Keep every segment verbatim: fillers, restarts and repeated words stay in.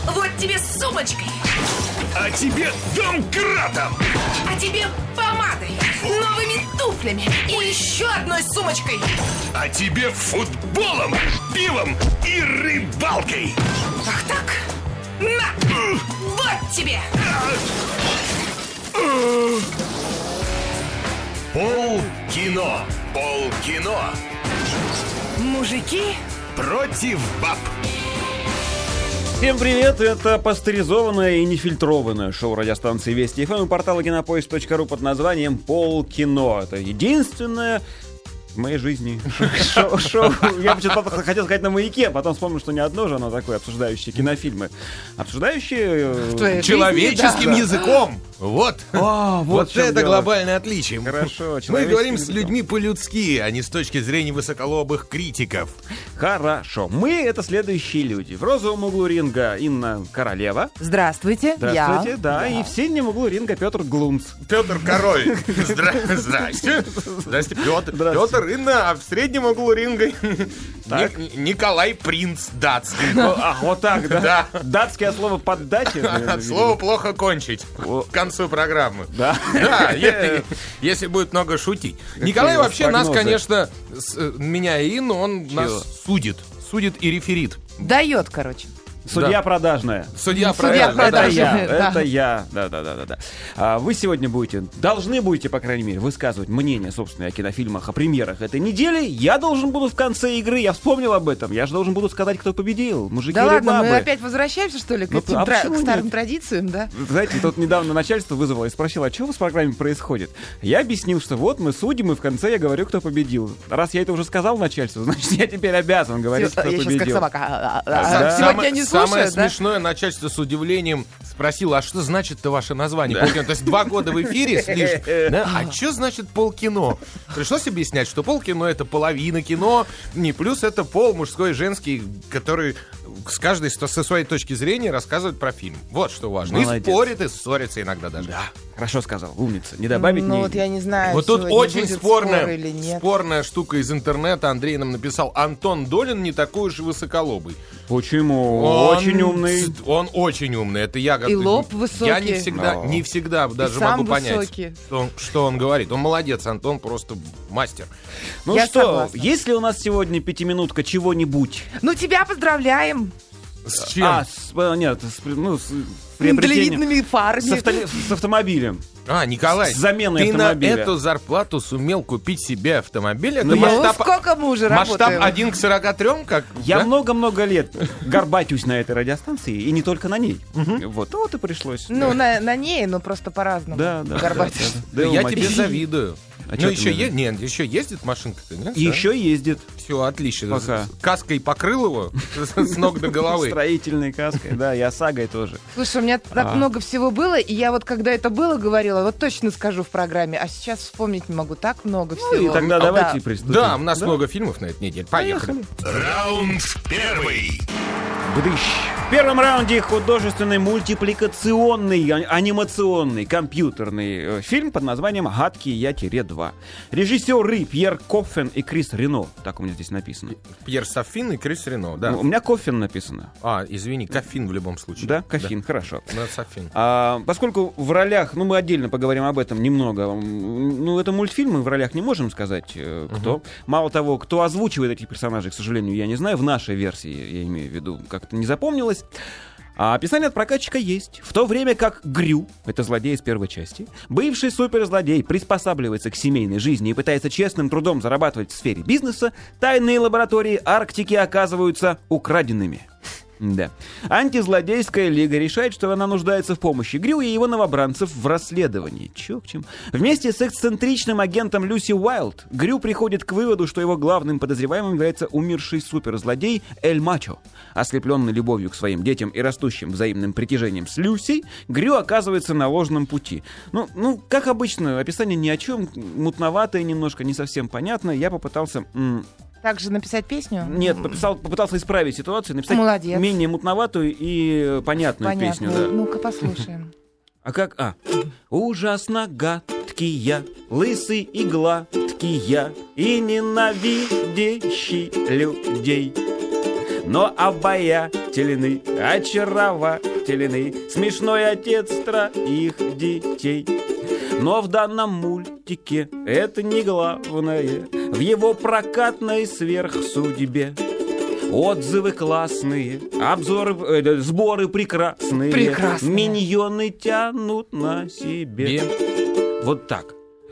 Вот тебе с сумочкой. А тебе домкратом. А тебе помадой, новыми туфлями и еще одной сумочкой. А тебе футболом, пивом и рыбалкой. Ах так? На! Вот тебе! Полкино. Полкино. Мужики Против баб. Всем привет, это пастеризованное и нефильтрованное шоу радиостанции Вести эф эм и портала кинопоиск точка ру под названием «Полкино». Это единственное в моей жизни шоу. шоу. Я почему-то хотел сказать на «Маяке», потом вспомнил, что не одно же оно такое, обсуждающее кинофильмы. Обсуждающее... Человеческим да. языком. Вот. О, вот вот это дело. Глобальное отличие. Хорошо. Мы говорим с людьми по-людски, а не с точки зрения высоколобых критиков. Хорошо. Мы — это следующие люди. В розовом углу ринга Инна Королева. Здравствуйте, Здравствуйте, я. да. И в синем углу ринга Петр Глунц. Петр Король. Здра- Здрасте. Здрасте, Петр. Здравствуйте. Петр Инна, а в среднем углу ринга Так. Ни- Николай Принц Датский. Ах, вот так, да? Да. Датское слово «поддать». От слова «плохо кончить» к концу программы. Да. Да, е- если будет много шутить. Николай у вас вообще нас, прогнозы? конечно, с- э, меня и Инну, он Чего? нас судит. Судит и реферит. Дает, короче. Судья Да. продажная. Судья, Судья правильно, Это да. продажная. я, Да. это я. Да, да, да, да, да. А вы сегодня будете, должны будете, по крайней мере, высказывать мнение, собственно, о кинофильмах, о премьерах этой недели. Я должен буду в конце игры, я вспомнил об этом, я же должен буду сказать, кто победил. Мужики Да или ладно, бабы. мы опять возвращаемся, что ли, к, Ну, этим а тра- почему к старым нет? традициям, да? Знаете, тут недавно начальство вызвало и спросило, а что у вас в программе происходит? Я объяснил, что вот мы судим, и в конце я говорю, кто победил. Раз я это уже сказал начальству, значит, я теперь обязан говорить, Всё, кто я победил. сейчас как собака. А, а, а, Да. Сегодня Самое- не Самое слушают, да? смешное, начальство с удивлением спросило, а что значит-то ваше название? Полкино. То есть два года в эфире с лишь, да? А что значит полкино? Пришлось объяснять, что полкино — это половина кино, не плюс это пол, мужской и женский, который с каждой с- со своей точки зрения рассказывает про фильм. Вот что важно. Молодец. И спорит, и ссорится иногда даже. Да, хорошо сказал, умница. Не добавить, Ну не... вот я не знаю, Вот тут сегодня очень будет спорная, спор или нет. спорная штука из интернета. Андрей нам написал: Антон Долин не такой уж и высоколобый. Почему? Он Очень умный. ц- Он очень умный. Это я. И лоб высокий. Я не всегда, Но. не всегда даже сам могу понять, высокий. что он, что он говорит. Он молодец, Антон просто мастер. Ну Я что, согласна. есть ли у нас сегодня пятиминутка чего-нибудь? Ну тебя поздравляем С чем? А, с, э, нет, с, при- ну, с приобретением... миндалевидными фарами. С, авто- с автомобилем. А, Николай, с заменой ты автомобиля. на эту зарплату сумел купить себе автомобиль? Это Ну, я- Ну, масштаб, сколько мы уже масштаб работаем? один к сорока трем, как? Я да? много-много лет горбатюсь на этой радиостанции, и не только на ней. Вот, вот и пришлось. Ну, на, на ней, но просто по-разному. Да, да. Горбатюсь. Да, да, Я да, тебе мать. завидую. А ну, чё ты еще, мне- е- нет, еще ездит машинка-то, нет? Еще ездит. Все, отлично. Пока. С- Каской покрыл его с ног до головы. Строительной каской, да, и ОСАГОй тоже. Слушай, у меня так А. много всего было, и я вот когда это было, говорила, вот точно скажу в программе, а сейчас вспомнить не могу, так много всего. И тогда А, давайте да. приступим. Да, у нас много фильмов на этой неделе. Поехали. Раунд первый. Бдыщ. В первом раунде художественный мультипликационный, а- анимационный, компьютерный э, фильм под названием «Гадкий я-два». Режиссеры Пьер Коффен и Крис Рено. Так у меня здесь написано. Пьер Сафин и Крис Рено, да. Ну, у меня Коффен написано. А, извини, Коффин в любом случае. Да, Коффин, хорошо. Ну, это Сафин. А, поскольку в ролях, ну мы отдельно поговорим об этом немного, м, ну это мультфильм, мы в ролях не можем сказать, э, кто. Мало того, кто озвучивает этих персонажей, к сожалению, я не знаю, в нашей версии, я имею в виду, как-то не запомнилось. А описание от прокатчика есть. В то время как Грю, это злодей из первой части, бывший суперзлодей приспосабливается к семейной жизни и пытается честным трудом зарабатывать в сфере бизнеса, тайные лаборатории Арктики оказываются украденными. Да. Антизлодейская лига решает, что она нуждается в помощи Грю и его новобранцев в расследовании. Чё к чему? Вместе с эксцентричным агентом Люси Уайлд Грю приходит к выводу, что его главным подозреваемым является умерший суперзлодей Эль Мачо. Ослепленный любовью к своим детям и растущим взаимным притяжением с Люси, Грю оказывается на ложном пути. Ну, ну, как обычно, описание ни о чем, мутноватое немножко, не совсем понятное. Я попытался... м- Также написать песню? Нет, пописал, попытался исправить ситуацию, написать Молодец. менее мутноватую и понятную Понятно. песню. Да. Ну-ка послушаем. А как? А. Ужасно гадкий я, лысый и гладкий я, и ненавидящий людей. но обаятельный, очаровательный, смешной отец троих детей. Но в данном мультике это не главное, в его прокатной сверхсудьбе. Отзывы классные, обзоры, э, сборы прекрасные, Прекрасные. Миньоны тянут на себе. Бе. Вот так.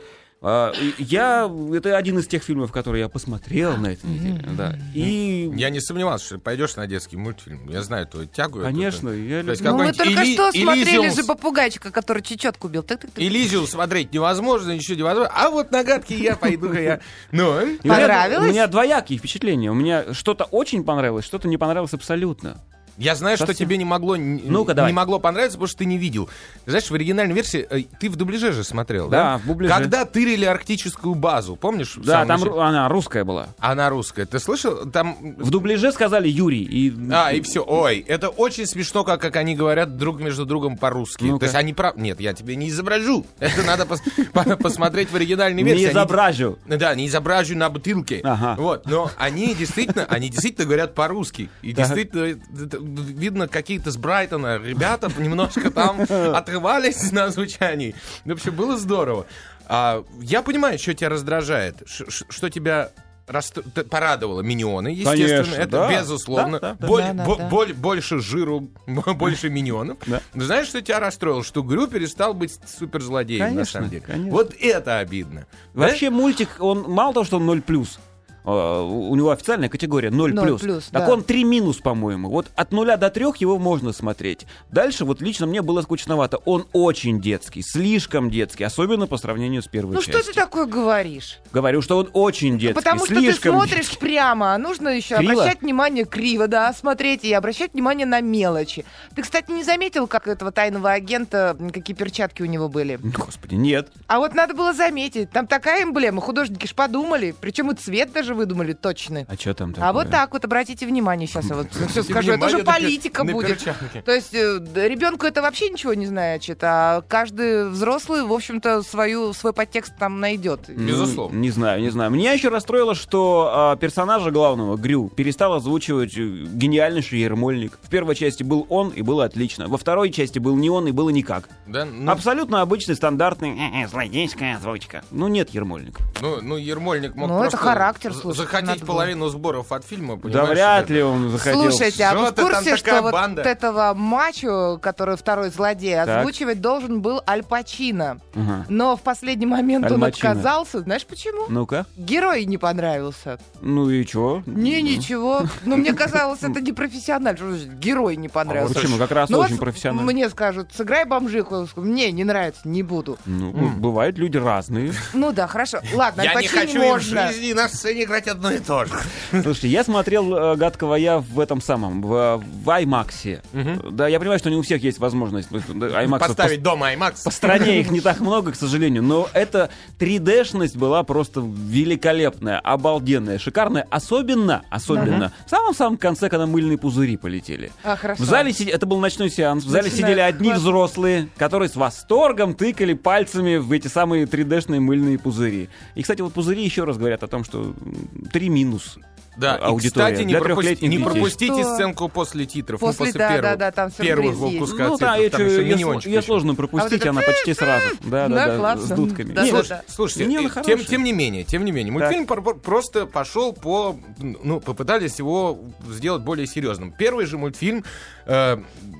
А, и я, это один из тех фильмов, которые я посмотрел на этой неделе. Да. И, Я не сомневался, что пойдешь на детский мультфильм. Я знаю твою тягу. конечно, эту. я То есть люблю. Ну, мы какой-нибудь только Эли- что смотрели Элизиум же с- попугайчика, который чечетку бил. Тык-тык-тык. Элизиум смотреть невозможно, ничего невозможно. А вот на гадкий я пойду-ка я. Ну, И у меня- Понравилось? У меня двоякие впечатления. У меня что-то очень понравилось, что-то не понравилось абсолютно. я знаю, что Совсем. тебе не могло, н- Ну-ка, давай. не могло понравиться, потому что ты не видел. Знаешь, в оригинальной версии э, ты в дубляже же смотрел, Да, да? в дубляже. Когда тырили арктическую базу, помнишь? в Да, самом там начале? ру- она русская была. Она русская. Ты слышал? Там... В дубляже сказали Юрий. И... А, и все. Ой, это очень смешно, как, как они говорят друг между другом по-русски. Ну-ка. То есть они прав... Нет, я тебе не изображу. Это надо пос- по- посмотреть в оригинальной Не версии. Они- изображу. Да, не изображу на бутылке. Ага. Вот, но они действительно, они действительно говорят по-русски. И Так. действительно, это- видно, какие-то с Брайтона ребята немножко там отрывались на звучании. В общем, было здорово. А, я понимаю, что тебя раздражает, ш- ш- что тебя расстро- т- порадовало. Миньоны, естественно, Конечно, это да. безусловно. Да, да, да. Боль- Да, да, бо- да. боль- больше жиру, больше миньонов. Да. Но знаешь, что тебя расстроило? Что Грю перестал быть суперзлодеем, на Конечно, самом деле. конечно. Вот это обидно. Вообще мультик, он мало того, что он ноль плюс, а, у у него официальная категория ноль ноль плюс. плюс, Так да. он три минус, по-моему. Вот от нуля до трех его можно смотреть. Дальше вот лично мне было скучновато. Он очень детский, слишком детский, особенно по сравнению с первой Ну что частью. ты такое говоришь? Говорю, что он очень детский, Потому что ты слишком смотришь детский. прямо, а нужно еще Криво? обращать внимание криво, да, смотреть и обращать внимание на мелочи. Ты, кстати, не заметил, как этого тайного агента, м, какие перчатки у него были? Господи, нет. А вот надо было заметить, там такая эмблема, художники ж подумали, причем и цвет даже выдумали точно. А что там такое? А вот так вот, обратите внимание, сейчас я вот все скажу, это Внимание уже на пер- политика на будет. перчатки. То есть э, да, ребенку это вообще ничего не значит, а каждый взрослый, в общем-то, свою, свой подтекст там найдет. Ну, Безусловно. Не знаю, не знаю. Меня еще расстроило, что а, персонажа главного, Грю, перестал озвучивать э, гениальнейший Ермольник. В первой части был он, и было отлично. Во второй части был не он, и было никак. Да, ну, Абсолютно обычный, стандартный э-э, злодейская озвучка. Ну, нет Ермольника. ну, ну, Ермольник мог Ну, просто это характер, з- слушай, захотеть надо было. половину сборов от фильма, Да понимаешь? вряд это- ли он захотел. Слушайте, а вы в Что-то там курсе, такая что вот банда. этого мачо, который второй злодей, Так. озвучивать должен был Аль Пачино. Ага. Но в последний момент Аль он Мачино. отказался. Знаешь почему? Ну-ка. Герой не понравился. Ну и чё? Не, ничего. Ну, мне казалось, это не профессионально. Что значит, герой не А понравился. почему? Как раз Ну, очень вот профессионально. мне скажут, сыграй бомжиху. Мне не нравится, не буду. Ну, бывают люди разные. Ну да, хорошо. Ладно, Аль Я не Пачино хочу можно. и в жизни на сцене играть одно и то же. Слушайте, я смотрел э, «Гадкого я» в этом самом, в, в IMAX. Да, я понимаю, что не у всех есть возможность э, IMAX Поставить дома IMAX. По стране их не так много, к сожалению, но эта три дэ-шность была просто великолепная, обалденная, шикарная, особенно, особенно в самом-самом конце, когда мыльные пузыри полетели. А, хорошо. В зале сиди- это был ночной сеанс, в зале Начинает сидели одни классно. взрослые, которые с восторгом тыкали пальцами в эти самые три дэ-шные мыльные пузыри. И, кстати, вот пузыри еще раз говорят о том, что м, три минус. Да, и, аудитория кстати, не, для пропусти- трехлетних не детей. пропустите Что? сценку после титров. После, ну, после да, первых, да, да, там сюрприз первых есть. куска Ну да, титров, там еще ее, миньончик ее еще. сложно пропустить, это она почти сразу. Да, да, Да, да, классно. с дудками. Да, Нет, да, вот- да. Слушайте, Миньоны э, хорошие. тем, тем не менее, тем не менее, Так. мультфильм пор- просто пошел по, ну, попытались его сделать более серьезным. Первый же мультфильм э,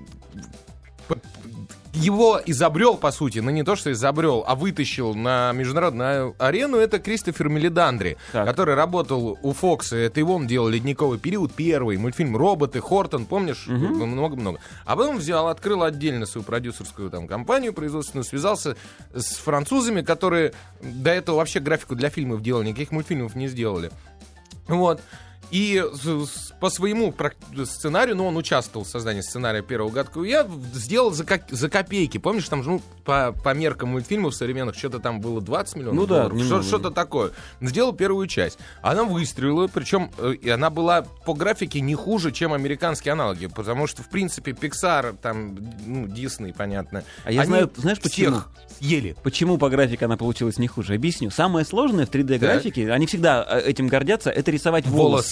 п- его изобрел, по сути, ну не то, что изобрел, а вытащил на международную арену, это Кристофер Мелидандри, Так. который работал у Фокса, это его он делал «Ледниковый период», первый, мультфильм «Роботы», «Хортон», помнишь? Много-много. А потом взял, открыл отдельно свою продюсерскую там компанию производственную, связался с французами, которые до этого вообще графику для фильмов делали, никаких мультфильмов не сделали. Вот. И с- с- по своему прак- сценарию, ну, он участвовал в создании сценария первого «Гадкого я», сделал за, ко- за копейки. Помнишь, там же, ну, по, по меркам мультфильмов современных что-то там было двадцать миллионов Ну да, долларов. немного. Что- что-то такое. Сделал первую часть. Она выстрелила, причем э, и она была по графике не хуже, чем американские аналоги. Потому что, в принципе, Pixar, там, ну, Disney, понятно. А я они знаю, знаешь, почему? всех съели. Почему по графике она получилась не хуже? Объясню. Самое сложное в три дэ-графике, они всегда э, этим гордятся, это рисовать волосы.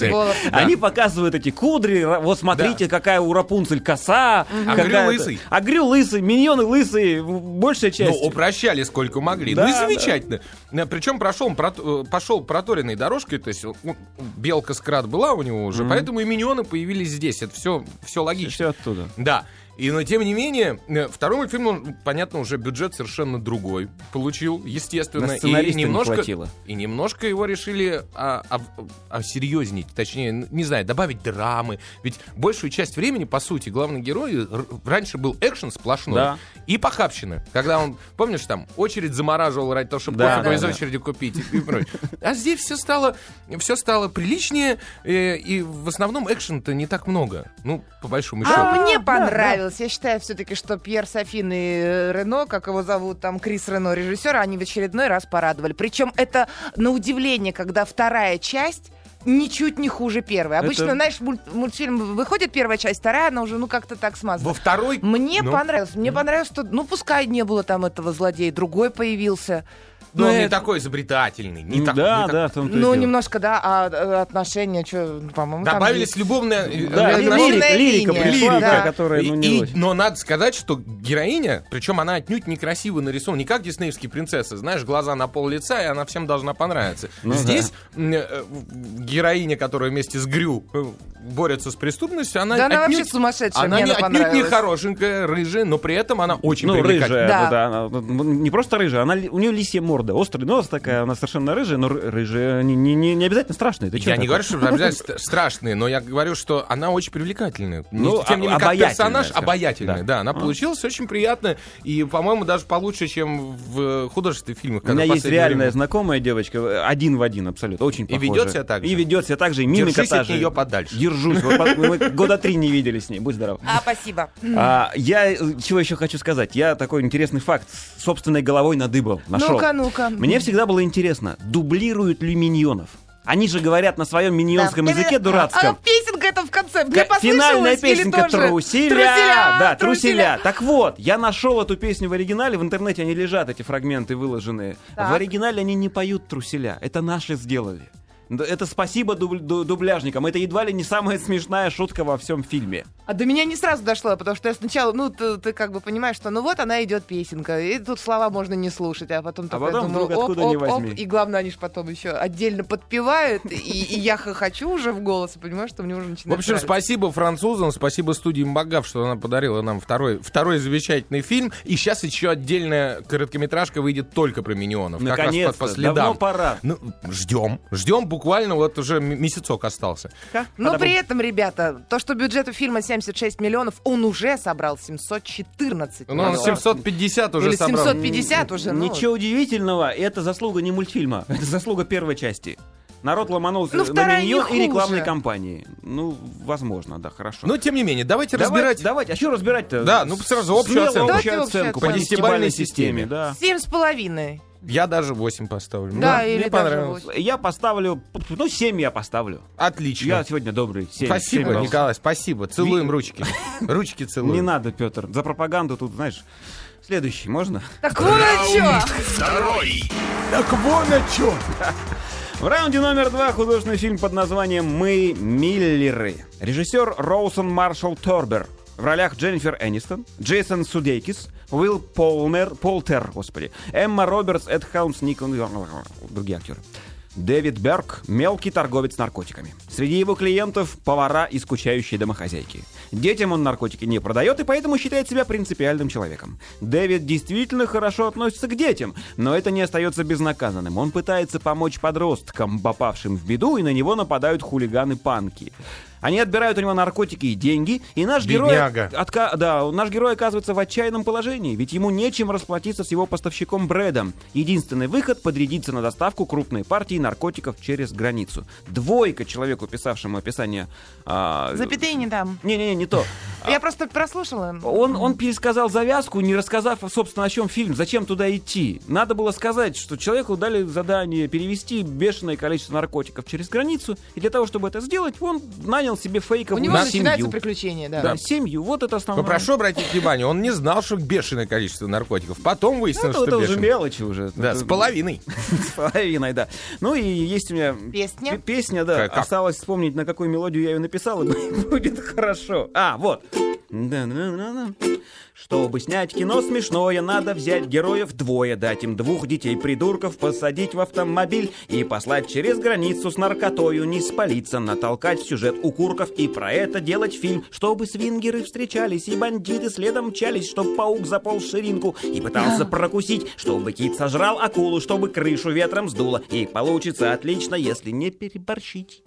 волосы. волосы. Да. Они показывают эти кудри, ра- вот смотрите, какая у Рапунцель коса. А какая-то- Грю лысый. А Грю лысый, миньоны лысые, в- большая часть. Ну, упрощали сколько могли. Да, ну и замечательно. Причем прошел, он прот- пошел проторенной дорожкой, то есть ну, белка скрат была у него уже, поэтому и миньоны появились здесь. Это все, все логично. Все оттуда. Да. И, но, тем не менее, э, второй мультфильм, он, понятно, уже бюджет совершенно другой получил, естественно. На сценариста не немножко, хватило. И немножко его решили а, а, осерьезнить, точнее, не знаю, добавить драмы. Ведь большую часть времени, по сути, главный герой р- раньше был экшен сплошной. Да. И похабщина. Когда он, помнишь, там, очередь замораживал ради того, чтобы Да, кофе да, из да. очереди купить. И, и прочее. А здесь все стало, все стало приличнее, э, и в основном экшен-то не так много. Ну, по большому счету. А мне да, понравилось. Я считаю все-таки, что Пьер Софин и э, Рено, как его зовут, там Крис Рено, режиссер, они в очередной раз порадовали. Причем это на удивление, когда вторая часть ничуть не хуже первой. Обычно, Это- знаешь, мульт- мультфильм выходит первая часть, вторая, она уже, ну, как-то так смазана. Во второй... Мне Ну. понравилось. Мне понравилось, что, ну, пускай не было там этого злодея, другой появился. Но он не это- такой изобретательный. Не так- да, не так- да, в том-то и Ну, дело. немножко, да, а э, отношения, что, по-моему, там Добавились есть. любовные э, Да, Любовная отношения. лирика, лирика линия. пришла, Да. да, которая, ну, И- не и- очень. но надо сказать, что героиня, причем она отнюдь некрасиво нарисована, не как диснеевские принцессы, знаешь, глаза на пол лица, и она всем должна понравиться. Ну Здесь м, э, героиня, которая вместе с Грю э, борется с преступностью, она Да она отнюдь, вообще сумасшедшая, она мне не, она отнюдь не понравилась. хорошенькая, рыжая, но при этом она очень Ну, привлекательная. рыжая, Да. ну, да, она, ну, не просто рыжая, она, ли- у нее лисья морда, острый нос такая, она совершенно рыжая, но ры- рыжая не, не, не, не обязательно страшная. Ты чё Я не такой? говорю, что обязательно страшные, но я говорю, что она очень привлекательная. Ну, Тем не менее, как обаятельная, персонаж скажем. обаятельная. Да. Да, она получилась очень приятно и, по-моему, даже получше, чем в художественных фильмах. У меня которые в есть последнее реальная время- знакомая девочка, один в один абсолютно, очень И похожа. ведет себя так же? И ведет себя так же, и мимика Держись та от же. нее подальше. Держусь. Вот по- мы года три не видели с ней, будь здоров. А, спасибо. А, я э, чего еще хочу сказать? Я такой интересный факт с собственной головой надыбал, нашел. Ну-ка, ну-ка. Мне всегда было интересно, дублируют ли миньонов? Они же говорят на своем миньонском Да. языке А дурацком. песенка это в конце. Мне Ка- Финальная послышалось или песенка тоже? «Труселя». Труселя, Да, труселя. «Труселя». Так вот, я нашел эту песню в оригинале, в интернете они лежат, эти фрагменты выложенные. Так. В оригинале они не поют «Труселя», это наши сделали. Да, это спасибо дуб- ду- дубляжникам. Это едва ли не самая смешная шутка во всем фильме. А до меня не сразу дошло, потому что я сначала, ну, ты, ты как бы понимаешь, что ну вот она идет песенка, и тут слова можно не слушать, а потом А такая потом думаю, вдруг оп, откуда ни оп, оп, возьми. и главное, они же потом еще отдельно подпевают, и, и я хохочу уже в голос, и понимаю, что мне уже В начинает общем, нравиться. спасибо французам, спасибо студии Магав, что она подарила нам второй, второй замечательный фильм. И сейчас еще отдельная короткометражка выйдет только про миньонов. Как раз по, Наконец-то, по следам. давно пора. Ну, ждем. Ждем буквально, вот уже м- месяцок остался. Но при этом, ребята, то, что бюджет у фильма семьдесят шесть миллионов, он уже собрал семьсот четырнадцать Ну, он миллионов. семьсот пятьдесят уже Или собрал. семьсот пятьдесят уже, ну. Ничего удивительного, это заслуга не мультфильма, это заслуга первой части. Народ ломанулся Ну, на вторая миньон не и рекламной хуже. кампании. Ну, возможно, да, хорошо. Но, тем не менее, давайте Давайте- разбирать. Давайте, а что разбирать-то? Да, ну, сразу общую Смело оценку. общую Давайте общую оценку оценку. по десятибалльной системе, системе. да. Семь с половиной. Я даже восемь поставлю. Да, Ну, или мне даже понравилось. восемь. Я поставлю, ну, семь я поставлю. Отлично. Я сегодня добрый. семь. Спасибо, Семь раз. Николай, спасибо. Целуем ручки. Ручки целуем. Не надо, Петр. За пропаганду тут, знаешь. Следующий, можно? Так вот а чё? Второй. Так вон о чем. В раунде номер два художественный фильм под названием «Мы Миллеры». Режиссер Роусон Маршалл Торбер. В ролях Дженнифер Энистон, Джейсон Судейкис, Уилл Полмер, Полтер, господи, Эмма Робертс, Эд Хелмс, Никон, другие актеры. Дэвид Берг – мелкий торговец наркотиками. Среди его клиентов – повара и скучающие домохозяйки. Детям он наркотики не продает и поэтому считает себя принципиальным человеком. Дэвид действительно хорошо относится к детям, но это не остается безнаказанным. Он пытается помочь подросткам, попавшим в беду, и на него нападают хулиганы-панки. Они отбирают у него наркотики и деньги, и наш герой, Бедняга. отка- да, наш герой оказывается в отчаянном положении, ведь ему нечем расплатиться с его поставщиком Брэдом. Единственный выход — подрядиться на доставку крупной партии наркотиков через границу. Двойка человеку, писавшему описание... а, Запятые не дам. Не-не-не, не то. Я просто прослушала. Он, он пересказал завязку, не рассказав, собственно, о чем фильм, зачем туда идти. Надо было сказать, что человеку дали задание перевести бешеное количество наркотиков через границу, и для того, чтобы это сделать, он нанял нанял себе У фейковую него семью. начинаются приключения, да. Да, семью, вот это основное. Но прошу обратить внимание, он не знал, что бешеное количество наркотиков. Потом выяснилось, Ну, это что уже бешеное. мелочи уже. Да, Это- с половиной. С половиной, да. Ну и есть у меня Песня? п- песня, да. Как- как? Осталось вспомнить, на какую мелодию я ее написал, и будет хорошо. А, вот. Да-да-да-да. Чтобы снять кино смешное, надо взять героев двое, дать им двух детей-придурков, посадить в автомобиль и послать через границу с наркотою, не спалиться, натолкать в сюжет укурков и про это делать фильм, чтобы свингеры встречались и бандиты следом мчались, чтоб паук заполз в ширинку и пытался прокусить, чтобы кит сожрал акулу, чтобы крышу ветром сдуло, и получится отлично, если не переборщить.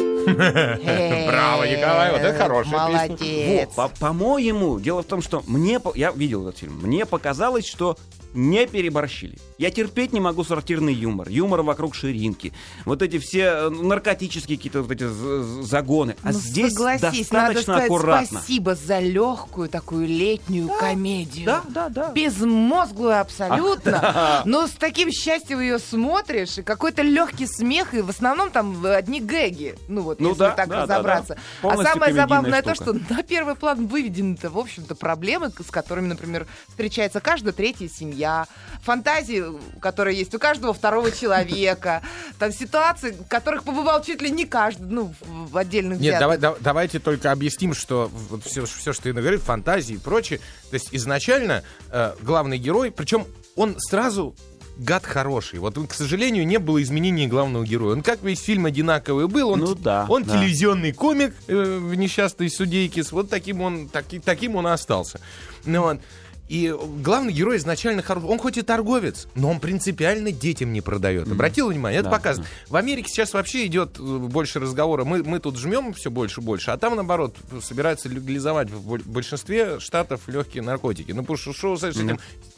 Браво, Николай, вот это хорошая песня. Молодец. Во, по- по-моему, дело в том, что мне, по- я видел этот фильм, мне показалось, что не переборщили. Я терпеть не могу сортирный юмор, юмор вокруг ширинки, вот эти все э, наркотические какие-то вот эти з- з- загоны. А Ну, здесь согласись, надо достаточно сказать аккуратно. спасибо за легкую такую летнюю комедию. Да, да, да. Безмозглую абсолютно. Но с таким счастьем ее смотришь, и какой-то легкий смех, и в основном там одни гэги. Ну вот, Ну если да, так да, да, разобраться. да. А Полностью самое комедийная забавное то, штука. что на первый план выведены-то, в общем-то, проблемы, с которыми, например, встречается каждая третья семья, фантазии, которые есть у каждого второго человека, там ситуации, в которых побывал чуть ли не каждый, ну, в в отдельных Нет, взятых. давай, да- давайте только объясним, что вот все, все, что Инна говорит, фантазии и прочее. То есть изначально э, главный герой, причем он сразу гад хороший. Вот, к сожалению, не было изменений главного героя. Он как весь фильм одинаковый был. Он, Ну да, он да. телевизионный комик э, в «Несчастной судейке». Вот таким он, таки- таким он и остался. Ну, вот. И главный герой изначально хороший. Он хоть и торговец, но он принципиально детям не продает. Обратил внимание? Это Да, показывает. В Америке сейчас вообще идет э, больше разговора. Мы, мы тут жмем все больше и больше, а там, наоборот, собираются легализовать в боль- большинстве штатов легкие наркотики. Ну, потому что шоу с этим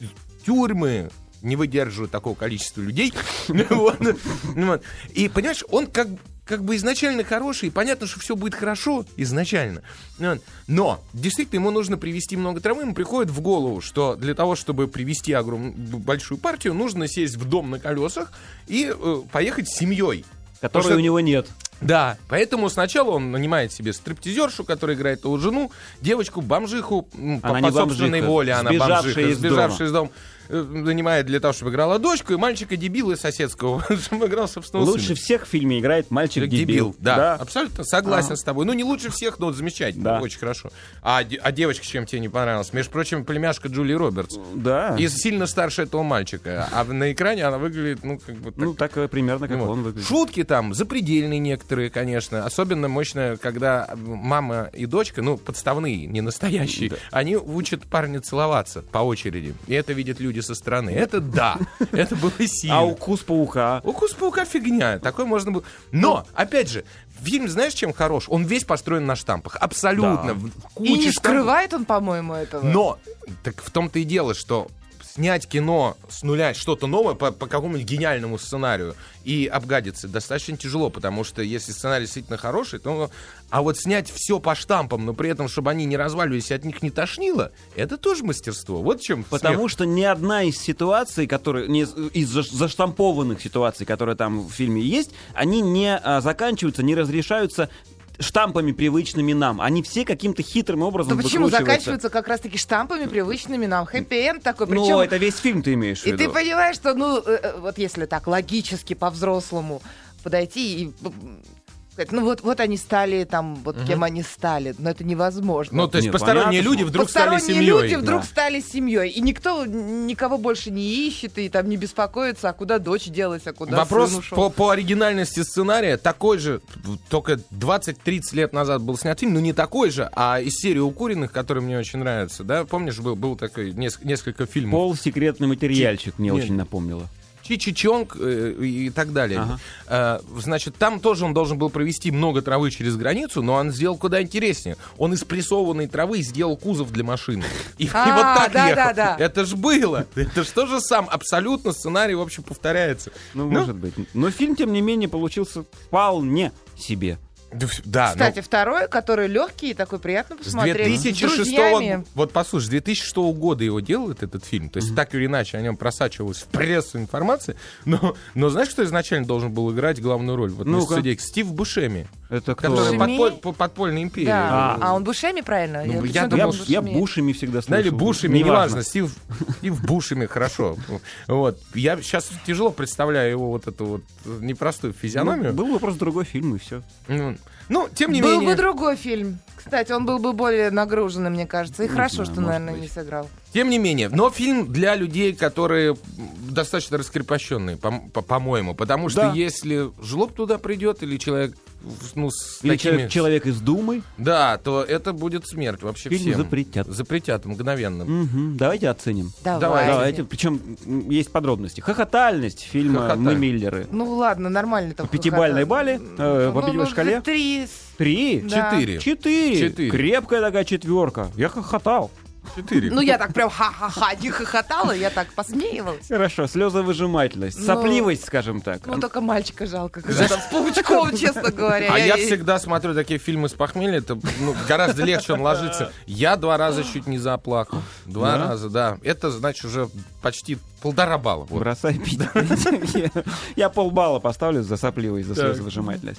тюрьмы не выдерживают такого количества людей. Вот. Вот. И, понимаешь, он как как бы изначально хороший, и понятно, что все будет хорошо изначально. Вот. Но действительно ему нужно привести много травы, ему приходит в голову, что для того, чтобы привести огромную большую партию, нужно сесть в дом на колесах и э, поехать с семьей. Которой Потому у что- него нет. Да, поэтому сначала он нанимает себе стриптизершу, которая играет его жену, девочку-бомжиху, м, по, Она по не собственной бомжиха, воле, она сбежавшая бомжиха, из сбежавшая из дома, э, нанимает для того, чтобы играла дочку, и мальчика-дебила соседского, чтобы играл собственного Лучше сына. всех в фильме играет мальчик-дебил. Да, абсолютно согласен Ага. с тобой. Ну, не лучше всех, но вот замечательно, Да. очень хорошо. А, де- а девочка чем тебе не понравилась? Между прочим, племяшка Джулии Робертс. Да. И сильно старше этого мальчика. А на экране она выглядит, ну, как бы так. Ну, так э, примерно, как Вот. он выглядит. Шутки там запредельные некоторые, конечно. Особенно мощно, когда мама и дочка, ну, подставные, не настоящие, они учат парня целоваться по очереди. И это видят люди со стороны. Это да, это было сильно. А укус паука? Укус паука фигня. Такой можно было. Но, опять же, фильм, знаешь, чем хорош? Он весь построен на штампах. Абсолютно. Да. В И куче не штампов. скрывает он, по-моему, этого. Но, так в том-то и дело, что снять кино с нуля, что-то новое по, по какому-нибудь гениальному сценарию и обгадиться достаточно тяжело, потому что если сценарий действительно хороший, то... А вот снять все по штампам, но при этом, чтобы они не разваливались и от них не тошнило, это тоже мастерство. Вот в чем Потому что ни одна из ситуаций, которые не из, из заш- заштампованных ситуаций, которые там в фильме есть, они не а, заканчиваются, не разрешаются штампами привычными нам. Они все каким-то хитрым образом То почему выкручиваются. заканчиваются как раз-таки штампами, привычными нам? Хэппи-энд такой. Ну, Причем это весь фильм ты имеешь в И виду. ты понимаешь, что, ну, э, э, вот если так логически по-взрослому подойти и п- сказать, ну вот, вот они стали там, вот кем они стали, но это невозможно. Ну, то есть Нет, посторонние понятно. люди вдруг стали Посторонние семьей. люди вдруг Да. стали семьей, и никто никого больше не ищет и там не беспокоится, а куда дочь делась, а куда Вопрос сын ушел. по, по оригинальности сценария такой же, только двадцать-тридцать лет назад был снят фильм, но не такой же, а из серии «Укуренных», который мне очень нравится, да, помнишь, был, был такой неск- несколько фильмов. Пол секретный материальчик мне Нет. очень напомнило. Чи-чи-чонг э, и так далее. Ага. Э, значит, там тоже он должен был провести много травы через границу, но он сделал куда интереснее. Он из прессованной травы сделал кузов для машины. И, и А, вот так да, ехал. да, да. Это ж было. Это ж тоже сам. Абсолютно сценарий, в общем, повторяется. Ну, может быть. Но фильм, тем не менее, получился вполне себе. Да, Кстати, но второй, который легкий и такой приятно с посмотреть. две тысячи С шестого друзьями. вот послушай, с две тысячи шестого года его делают этот фильм, то есть так или иначе о нем просачивалась в прессу информация, но, но знаешь, кто изначально должен был играть главную роль? Вот Ну-ка. ну Стив Бушеми, Это кто? который Бушеми? подполь- по- подпольной империи. Да. А. А он Бушеми, правильно? Ну, я почему-то думал, Я, думала, я Бушеми. Бушами всегда слышал. Знали Бушеми, Неважно. неважно, Стив, Стив Бушеми, хорошо. Вот. Я сейчас тяжело представляю его вот эту вот непростую Ну, физиономию. был бы просто другой фильм, и все. Ну, ну, тем не Был менее... бы другой фильм. Кстати, он был бы более нагруженный, мне кажется. И Не хорошо, знаю, что, может наверное, быть. не сыграл. Тем не менее, но фильм для людей, которые достаточно раскрепощенные, по- по- по-моему. Потому что Да. если жлоб туда придет, или человек, ну, с Или такими... человек, человек из Думы. Да, то это будет смерть вообще Фильм всем. запретят. Запретят мгновенно. Мгм. Давайте оценим. Давай. Давайте. Причем м, есть подробности. Хохотальность фильма Хохоталь. «Мы Миллеры». Ну ладно, нормально там. По пятибалльной хохотал. балле, э, по Ну, пятибалльной ну, шкале. Три. Три? Да. Четыре. Четыре. Четыре. Крепкая такая четверка. Я хохотал. Четыре. Ну, я так прям ха-ха-ха не хохотала, я так посмеивалась. Хорошо, слезовыжимательность, Ну, сопливость, скажем так. Ну, только мальчика жалко, когда там с паучком, честно говоря. А я всегда смотрю такие фильмы с похмелья, это ну, гораздо легче он ложится. Я два раза чуть не заплакал. Два Да? раза, да. Это, значит, уже почти полтора балла. Вот. Бросай пить. Я- Я полбалла поставлю за сопливость, за Так. слезовыжимательность.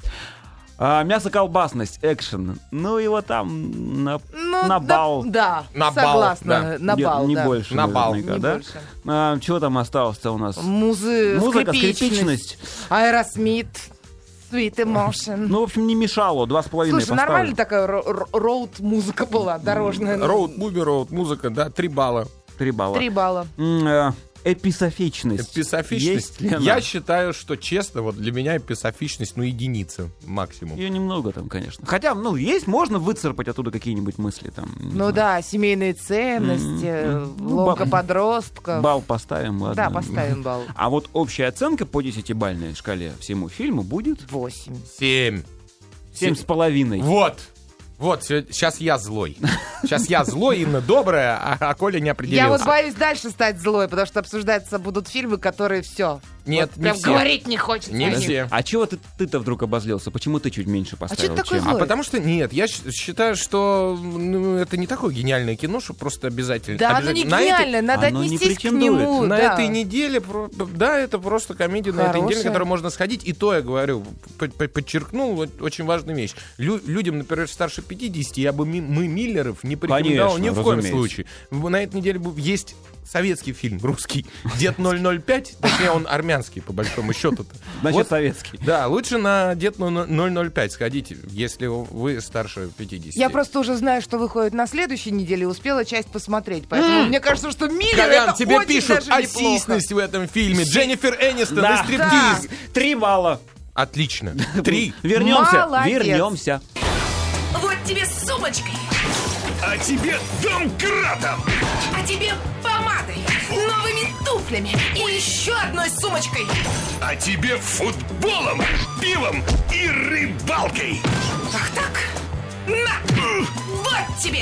А, мясо-колбасность, экшен. Ну, его там на, Ну, на да, бал. Да, На бал, согласна. да. На Не- бал, не да. больше, На бал. наверняка, Не да? больше. А, чего там осталось-то у нас? Музы, Музыка, скрипичность, скрипичность. Аэросмит, Sweet Emotion. Ну, в общем, не мешало, два с половиной Слушай, нормально такая ро- ро- роуд-музыка была, дорожная. Роуд, муви, роуд, музыка, да, три балла. Три балла. Три балла. М, э, Эписофичность. Эписофичность. Есть ли она? Я считаю, что честно, вот для меня эписофичность, ну, единица максимум. Ее немного там, конечно. Хотя, ну, есть, можно выцарпать оттуда какие-нибудь мысли там. не Ну знаю. да, семейные ценности, М, ну, ломка ба- подростков. Балл поставим, ладно. Да, поставим балл. А вот общая оценка по десятибалльной шкале всему фильму будет Восемь. Семь. семь с половиной. Вот. Вот, сейчас я злой. Сейчас я злой, Инна добрая, а, а Коля не определился. Я вот боюсь дальше стать злой, потому что обсуждаться будут фильмы, которые все. Нет, вот не прям все. говорить не хочется. Не о них. все. А чего ты, ты-то вдруг обозлился? Почему ты чуть меньше поставил? ты такой чем? А злой? потому что нет, я щ- считаю, что ну, это не такое гениальное кино, что просто обязательно. Да, оно не обязательно- на этой- гениальное, надо оно не отнестись к претендует. нему. На да. этой неделе, про- да, это просто комедия на этой неделе, Хорошая. на которую можно сходить. И то я говорю, п- п- подчеркнул вот очень важную вещь. Лю- людям, например, старше пятидесяти, я бы ми- мы Миллеров не порекомендовал Конечно, ни в коем разумеется. случае. В- На этой неделе бу- есть советский фильм, русский, Дед ноль ноль пять, точнее он армянский, по большому счету-то. Значит, Вот, советский. да, лучше на Дед ноль ноль пять сходите, если вы старше пятидесяти. Я просто уже знаю, что выходит на следующей неделе, и успела часть посмотреть. Поэтому мне кажется, что Миллер Колян, это тебе очень пишут даже о неплохо. сисьности в этом фильме. Дженнифер Энистон Да. и стриптиз. Три балла. Отлично. Три. Вернемся. Молодец. Вернемся. Вот тебе с сумочкой, А тебе домкратом! а тебе помадой, новыми туфлями и еще одной сумочкой. А тебе футболом, пивом и рыбалкой! Ах так? На! Вот тебе!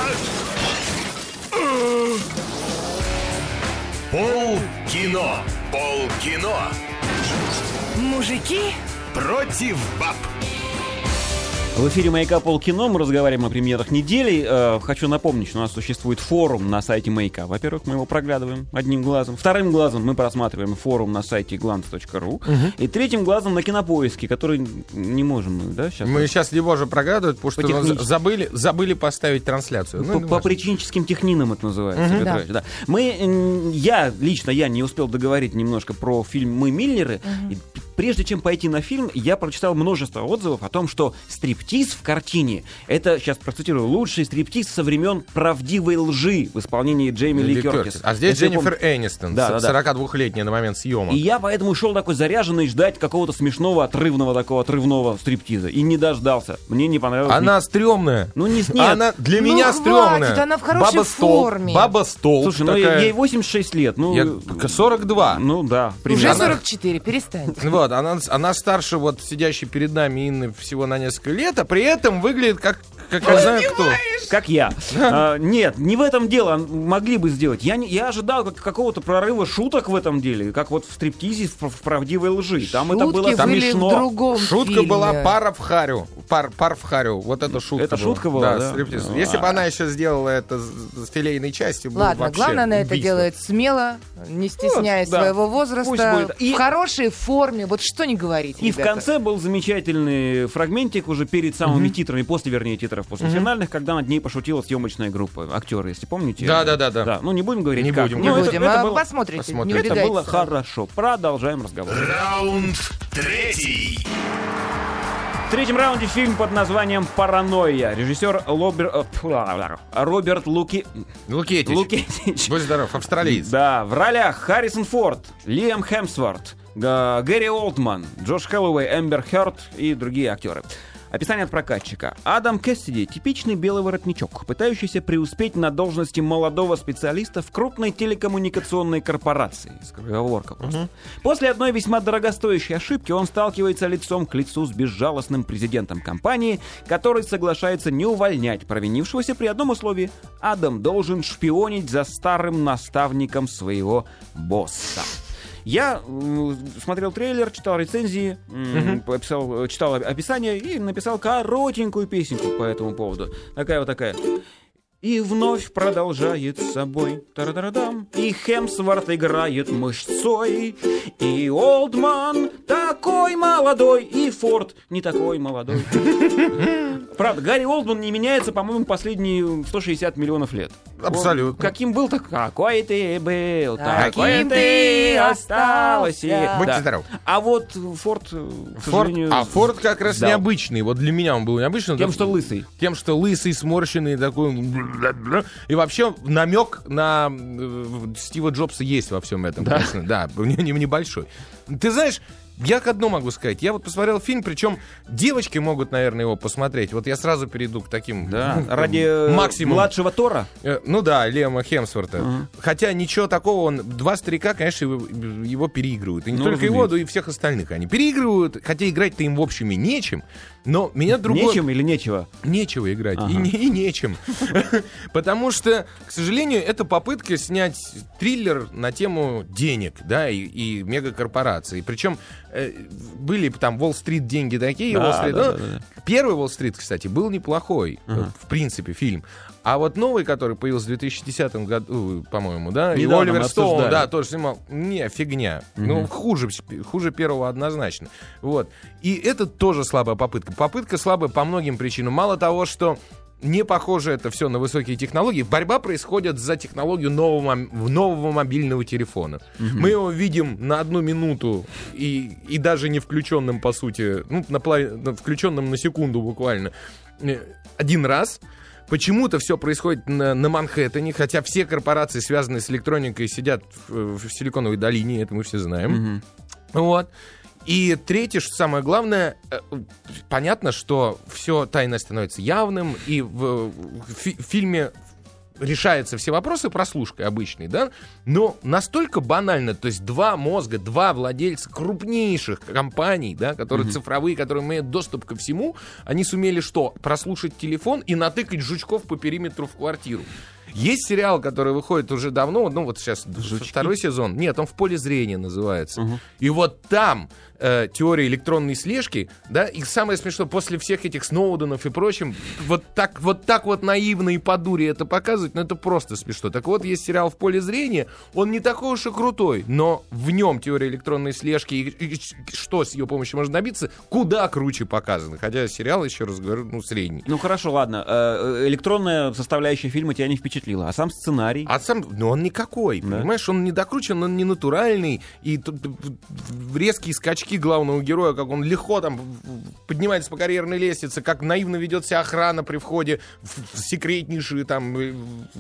Пол кино. Пол кино. Мужики, Против баб. В эфире «Маяка Полкино» мы разговариваем о премьерах недели. Э, хочу напомнить, что у нас существует форум на сайте «Маяка». Во-первых, мы его проглядываем одним глазом. Вторым глазом мы просматриваем форум на сайте гланс точка ру. И третьим глазом на Кинопоиске, который не можем мы, да, сейчас... Мы сейчас его же проглядывают, потому что По ну, технически. забыли, забыли поставить трансляцию. Ну, По, ну, по важно. причиническим технинам это называется. Мгм. Петрович, да. Мы, м, я лично я не успел договорить немножко про фильм «Мы Миллеры». И п- прежде чем пойти на фильм, я прочитал множество отзывов о том, что стриптиз в картине — это, сейчас процитирую, лучший стриптиз со времен правдивой лжи в исполнении Джейми Ли Ли Кертис. Кертис. А здесь Это я Дженнифер помню. Энистон, Да, с- да, да. сорокадвухлетняя на момент съемок. И я поэтому шел такой заряженный ждать какого-то смешного, отрывного такого отрывного стриптиза. И не дождался. Мне не понравилось. Она стрёмная. Ну, не с- нет. Она для Ну, меня хватит, стрёмная. она в хорошей Баба Стол, форме. Баба Стол. Слушай, ну такая- ей восемьдесят шесть лет. Ну, Я- сорок два. Ну да, Уже примерно. Она- сорок четыре, перестань. Вот, она, она старше вот сидящей перед нами Инны всего на несколько лет, а при этом выглядит как как я знаю кто. Как я. А, нет, не в этом дело. Могли бы сделать. Я, не, я ожидал как, какого-то прорыва шуток в этом деле, как вот в стриптизе в, в правдивой лжи. Там Шутки это было были смешно. в другом Шутка фильме. была пара в харю. Пар, пар в харю. Вот это шутка Это была. шутка была, да? стриптиз. А. Если бы она еще сделала это с, с филейной частью, было Ладно, вообще главное, она это убийство. делает смело, не стесняясь Вот, да. своего Пусть возраста, будет. И- в хорошей форме. Вот что не говорить, И в ребята. конце был замечательный фрагментик уже перед самыми титрами, после, вернее, титров, после финальных, когда над ней пошутила съемочная группа, актеры, если помните. Да, да, да, да. Да, ну не будем говорить, Не как. будем, Ну, Не Ну, это- будем, это а было- посмотрите, посмотрим. не Это убегайте было сразу. хорошо. Продолжаем разговор. Раунд третий. В третьем раунде фильм под названием «Паранойя». Режиссер Лобер... э, фу, Роберт Луки... Лукетич. Лукетич. Будь здоров, австралиец. Да, в ролях Харрисон Форд, Лиам Хемсворт, Га- Гэри Олдман, Джош Хэллоуэй, Эмбер Хёрд и другие актеры. Описание от прокатчика. Адам Кэссиди – типичный белый воротничок, пытающийся преуспеть на должности молодого специалиста в крупной телекоммуникационной корпорации. Скороговорка просто. После одной весьма дорогостоящей ошибки он сталкивается лицом к лицу с безжалостным президентом компании, который соглашается не увольнять провинившегося при одном условии. Адам должен шпионить за старым наставником своего босса. Я э, смотрел трейлер, читал рецензии, м, описал, читал описание и написал коротенькую песенку по этому поводу. Такая вот такая. И вновь продолжает с собой тарадам. И Хемсворт играет мышцой. И Олдман такой молодой. И Форд не такой молодой. Правда, Гарри Олдман не меняется, по-моему, последние сто шестьдесят миллионов лет. Абсолютно. Он каким был, так какой ты был, Таким такой ты ты остался. остался. Будьте Да. здоровы. А вот Форд, к Форд, сожалению, а Форд как раз сдал. необычный. Вот для меня он был необычный. Тем, Так- что лысый. Тем, что лысый, сморщенный, такой... И вообще намек на э, Стива Джобса есть во всем этом. Да? конечно. Да, не- не- небольшой. Ты знаешь, я к одному могу сказать. Я вот посмотрел фильм, причем девочки могут, наверное, его посмотреть. Вот я сразу перейду к таким... Да, ну, ради э, максимум. младшего Тора. Э, Ну да, Лиама Хемсворта. Хотя ничего такого, он два старика, конечно, его, его переигрывают. И не Ну, только его, разумеется. но и всех остальных. Они переигрывают, хотя играть-то им, в общем, и нечем. Но меня другое... Нечем или нечего? Нечего играть. Ага. И, не- и нечем. Потому что, к сожалению, это попытка снять триллер на тему денег, да, и, и мегакорпораций. Причем э, были там Уолл-стрит деньги такие, Да, Уолл-стрит. да, ну, да, да. Первый Уолл-стрит, кстати, был неплохой, Ага. в принципе, фильм. А вот новый, который появился в две тысячи десятом году, по-моему, да, и Недавно Оливер мы Стоун, обсуждали. да, тоже снимал. Не, фигня. Ну, хуже, хуже первого однозначно. Вот. И это тоже слабая попытка. Попытка слабая по многим причинам. Мало того, что не похоже это все на высокие технологии. Борьба происходит за технологию нового, м- нового мобильного телефона. Мы его видим на одну минуту и, и даже не включенным, по сути, ну, на, пла- на- включенным на секунду буквально, э, один раз. Почему-то все происходит на, на Манхэттене, хотя все корпорации, связанные с электроникой, сидят в, в Силиконовой долине, это мы все знаем. Вот. И третье, что самое главное, э, понятно, что все тайное становится явным, и в, в фи- в фильме решаются все вопросы прослушкой обычной, да, но настолько банально, то есть два мозга, два владельца крупнейших компаний, да, которые цифровые, которые имеют доступ ко всему, они сумели что? Прослушать телефон и натыкать жучков по периметру в квартиру. Есть сериал, который выходит уже давно, ну вот сейчас второй сезон. Нет, он «В поле зрения» называется. Угу. И вот там э, теория электронной слежки, да, и самое смешное, после всех этих Сноуденов и прочим, вот так вот, так вот наивно и по дуре это показывать, ну это просто смешно. Так вот, есть сериал «В поле зрения», он не такой уж и крутой, но в нем теория электронной слежки и, и что с ее помощью можно добиться, куда круче показано. Хотя сериал, еще раз говорю, ну средний. Ну хорошо, ладно. Э, Электронная составляющая фильма тебя не впечатлила. А сам сценарий? А сам, ну он никакой, Да. понимаешь, он не докручен, он не натуральный, и тут резкие скачки главного героя, как он легко там поднимается по карьерной лестнице, как наивно ведет себя охрана при входе в секретнейшие там э,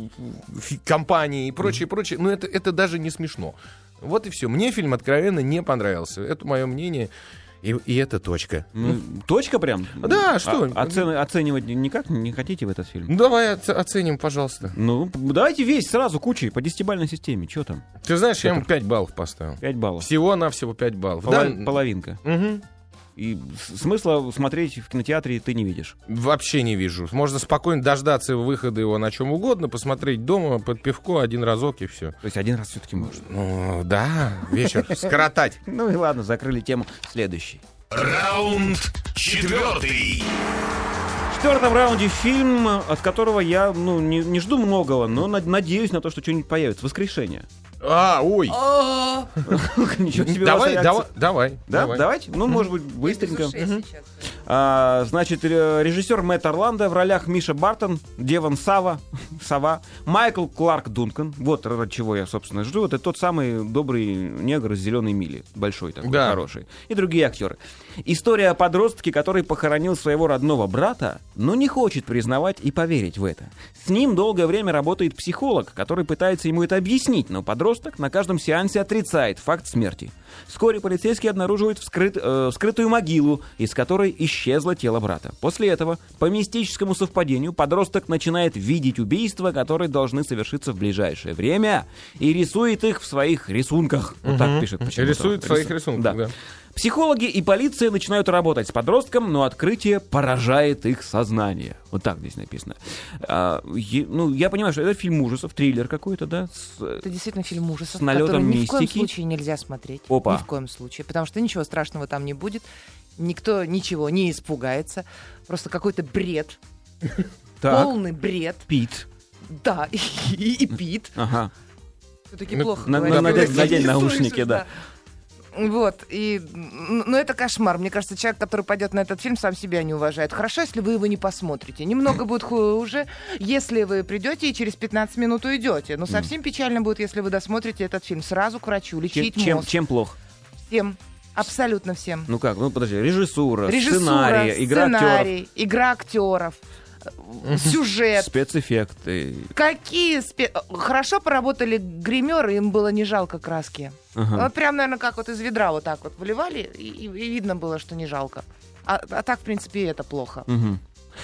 фи- компании и прочее, прочее, ну это, это даже не смешно. Вот и все. Мне фильм откровенно не понравился. Это мое мнение. И, и это точка. Ну, точка прям? Да, что? А, оцен- оценивать никак не хотите в этот фильм? Ну, давай оц- оценим, пожалуйста. Ну, давайте весь сразу кучей по десятибалльной системе. Что там? Ты знаешь, я ему пять баллов поставил. пять баллов. Всего-навсего пять баллов. Полов- Да, Половинка. Мгм. И с- смысла смотреть в кинотеатре ты не видишь. Вообще не вижу. Можно спокойно дождаться выхода его на чем угодно, посмотреть дома под пивко один разок и все. То есть один раз все-таки можно. Ну, да, вечер скоротать. Ну и ладно, закрыли тему. Следующий. Раунд четвертый. В четвертом раунде фильм, от которого я ну, не, не жду многого, но над- надеюсь на то, что что-нибудь появится. «Воскрешение». А, ой. Ничего себе. Давай, ваша давай, реакция. давай. Да, давай. давайте. Ну, может быть, быстренько. Без ушей сейчас. А, значит, ре- режиссер Мэтт Орландо в ролях Миша Бартон, Деван Сава, Сова, Майкл Кларк Дункан. Вот ради чего я, собственно, жду. Это тот самый добрый негр из «Зеленой мили». Большой такой, Да. хороший. И другие актеры. История о подростке, который похоронил своего родного брата, но не хочет признавать и поверить в это. С ним долгое время работает психолог, который пытается ему это объяснить, но подросток на каждом сеансе отрицает факт смерти. Вскоре полицейские обнаруживают вскрыт, э, вскрытую могилу, из которой исчезло тело брата. После этого, по мистическому совпадению, подросток начинает видеть убийства, которые должны совершиться в ближайшее время, и рисует их в своих рисунках. Вот так пишет почему-то. Рисует в своих Рису- рисунках, да. Психологи и полиция начинают работать с подростком, но открытие поражает их сознание. Вот так здесь написано. А, е- ну, я понимаю, что это фильм ужасов, триллер какой-то, да? С- Это действительно фильм ужасов, С налетом который ни в коем мистики. случае нельзя смотреть. Опа. Ни в коем случае. Потому что ничего страшного там не будет. Никто ничего не испугается. Просто какой-то бред. Так, Полный бред. Пит. Да, и, и- и Пит. Ага. Все-таки Ну, плохо на- говорю. на- надень- Ты надень не наушники, слышишь, да. Вот, и, м, ну, это кошмар. Мне кажется, человек, который пойдет на этот фильм, сам себя не уважает. Хорошо, если вы его не посмотрите. Немного будет хуже, если вы придете и через пятнадцать минут уйдете. Но совсем печально будет, если вы досмотрите этот фильм. Сразу к врачу, Чем, лечить чем, мозг. чем плохо? Всем. Абсолютно всем. Ну как, ну подожди, режиссура, Режиссура, сценарий, игра актеров, сценарий, игра актеров, сюжет. спецэффекты. Какие спе... Хорошо поработали гримеры, им было не жалко краски. Ага. Вот прям, наверное, как вот из ведра вот так вот выливали, и, и- и видно было, что не жалко. А, а так, в принципе, и это плохо. Мгм.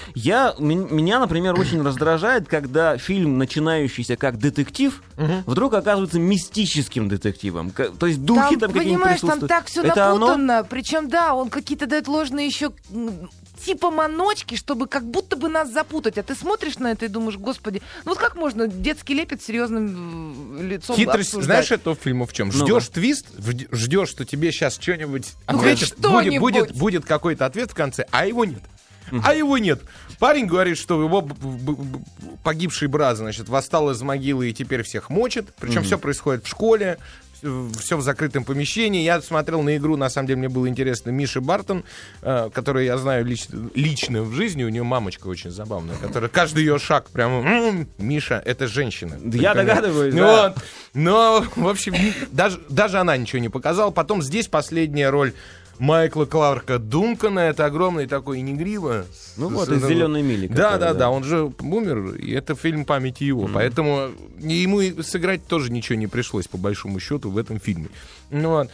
Я, м- меня, например, очень раздражает, когда фильм, начинающийся как детектив, вдруг оказывается мистическим детективом. К- То есть духи там, Там, какие-нибудь понимаешь, там присутствуют. так все Это оно? напутанно. Причем, да, он какие-то дает ложные еще м, типа маночки, чтобы как будто бы нас запутать. А ты смотришь на это и думаешь, господи, ну вот как можно детский лепет с серьезным э, лицом Хитрость, обсуждать? знаешь, этого фильма в чем? Ну-ка. Ждешь твист, вж- ждешь, что тебе сейчас что-нибудь Ну, ответят, хоть будет, что-нибудь. будет, будет какой-то ответ в конце, а его нет. А его нет. Парень говорит, что его б- б- б- погибший брат, значит, восстал из могилы и теперь всех мочит. Причем все происходит в школе, все в закрытом помещении. Я смотрел на игру, на самом деле мне было интересно, Миши Бартон, э, которую я знаю лично, лично в жизни. У нее мамочка очень забавная, которая каждый ее шаг прямо... «М, Миша, это женщина. Да я Только- догадываюсь, да. Вот. Но, в общем, ни- даже, даже она ничего не показала. Потом здесь последняя роль Майкла Кларка Дункана. Это огромный такой негриво. Ну С- вот, с- из «Зеленой мили». Да, который, да, да, он же умер, и это фильм памяти его. Поэтому ему и сыграть тоже ничего не пришлось, по большому счету, в этом фильме. Ну, вот.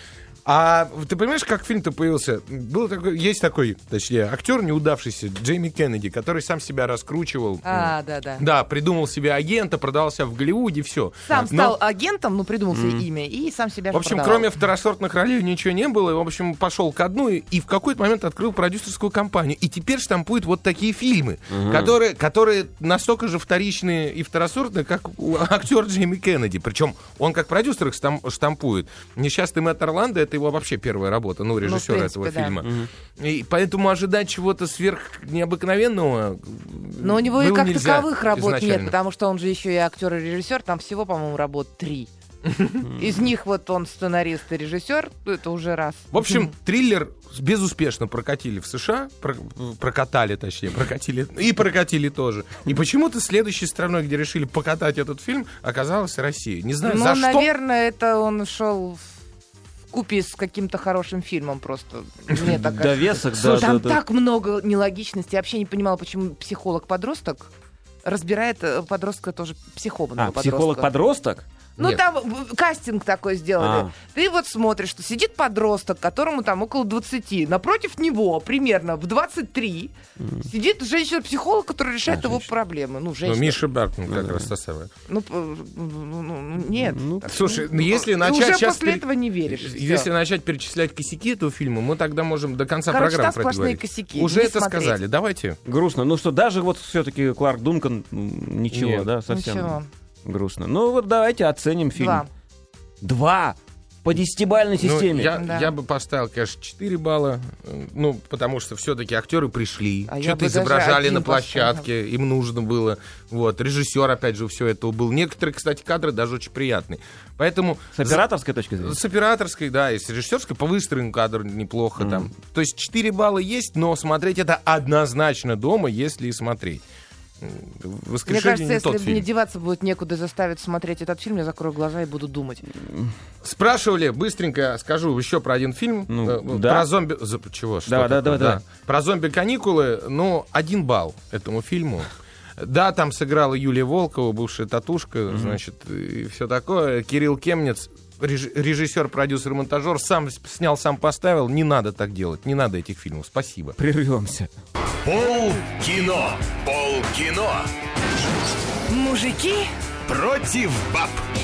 А ты понимаешь, как фильм-то появился? Был такой, есть такой, точнее, актер неудавшийся, Джейми Кеннеди, который сам себя раскручивал. А, да, да. Да, придумал себе агента, продался в Голливуде, все. Сам стал агентом, ну, придумал себе имя, и сам себя В общем, продавал. кроме второсортных ролей ничего не было. И, в общем, пошел ко дну и, и в какой-то момент открыл продюсерскую компанию. И теперь штампует вот такие фильмы, которые, которые настолько же вторичные и второсортные, как у- актер Джейми Кеннеди. Причем он как продюсер их стам- штампует. «Несчастный Мэтт Орландо» — это его вообще первая работа, ну, режиссера принципе, этого да. фильма. И поэтому ожидать чего-то сверх необыкновенного Но у него и было как нельзя таковых работ нет, изначально. потому что он же еще и актер и режиссер. Там всего, по-моему, работ три. Из них вот он сценарист и режиссер, это уже раз. В общем, триллер безуспешно прокатили в США, про- прокатали, точнее, прокатили, и прокатили тоже. И почему-то следующей страной, где решили покатать этот фильм, оказалась Россия. Не знаю, Ну, за что. наверное, это он шел в купе с каким-то хорошим фильмом просто. Мне так кажется. Довесок, да, Слушай, да, там да. так много нелогичностей. Я вообще не понимала, почему психолог-подросток разбирает э, подростка тоже, психованного А, подростка. психолог-подросток? Ну, Нет. там в- кастинг такой сделали. А. Ты вот смотришь, что сидит подросток, которому там около двадцати. Напротив него, примерно в двадцать три, сидит женщина-психолог, которая решает А, его женщина. проблемы. Ну, Ну, женщина. Миша Баркман как да. раз та самая. Ну, п- ну, ну, ну, нет. Ну, Так, Слушай, ну, ну, если ты начать уже сейчас после пере- этого не веришь. Если Всё. начать перечислять косяки этого фильма, мы тогда можем до конца Короче, программы там сплошные проговорить. косяки. Уже Не это смотреть. сказали. Давайте. грустно. Ну что, даже вот все-таки Кларк Дункан, м, ничего, Нет. да, совсем Ничего. грустно. Ну вот давайте оценим фильм. Два. Два. По десятибалльной Ну, системе. я, Да. я бы поставил, конечно, четыре балла. э, Ну, потому что все-таки актеры пришли, А я что-то бы даже изображали один на площадке, им нужно было. Вот, режиссер, опять же, все это был. Некоторые, кстати, кадры даже очень приятные. Поэтому С операторской точки зрения. с операторской, да, и с режиссерской по выстроению кадр неплохо там. То есть четыре балла есть, но смотреть это однозначно дома, если и смотреть. В Мне «Воскрешение» кажется, не если тот мне фильм. деваться будет некуда заставить смотреть этот фильм, я закрою глаза и буду думать. Спрашивали, быстренько скажу еще про один фильм. Ну, э, да. Про зомби... за- Чего? Что Давай, такое? давай, давай, давай. Про зомби-каникулы, ну, один балл этому фильму. Да, там сыграла Юлия Волкова, бывшая татушка, значит, и все такое. Кирилл Кемнец, реж- режиссер, продюсер, монтажер, сам с- снял, сам поставил. Не надо так делать, не надо этих фильмов. Спасибо. Прервемся. Пол кино. Пол кино. Мужики Против баб.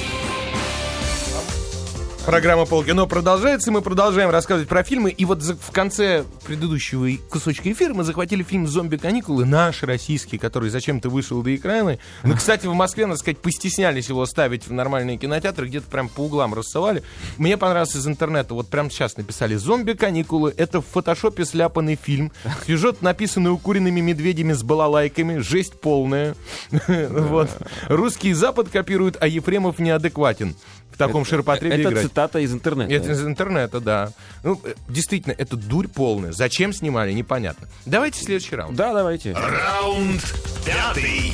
Программа «Полкино» продолжается, и мы продолжаем рассказывать про фильмы. И вот за- в конце предыдущего и- кусочка эфира мы захватили фильм «Зомби-каникулы», наш российский, который зачем-то вышел до экрана. Ну, кстати, в Москве, надо сказать, постеснялись его ставить в нормальные кинотеатры, где-то прям по углам рассовали. Мне понравился из интернета, вот прямо сейчас написали: «Зомби-каникулы» — это в фотошопе сляпанный фильм. Сюжет, написанный укуренными медведями с балалайками, жесть полная. Вот. Русский Запад копирует, а Ефремов неадекватен. В таком ширпотребе Это играть. цитата из интернета. Это из интернета, да. Ну, э, действительно, это дурь полная. Зачем снимали, непонятно. Давайте следующий раунд. Да, давайте. Раунд пятый.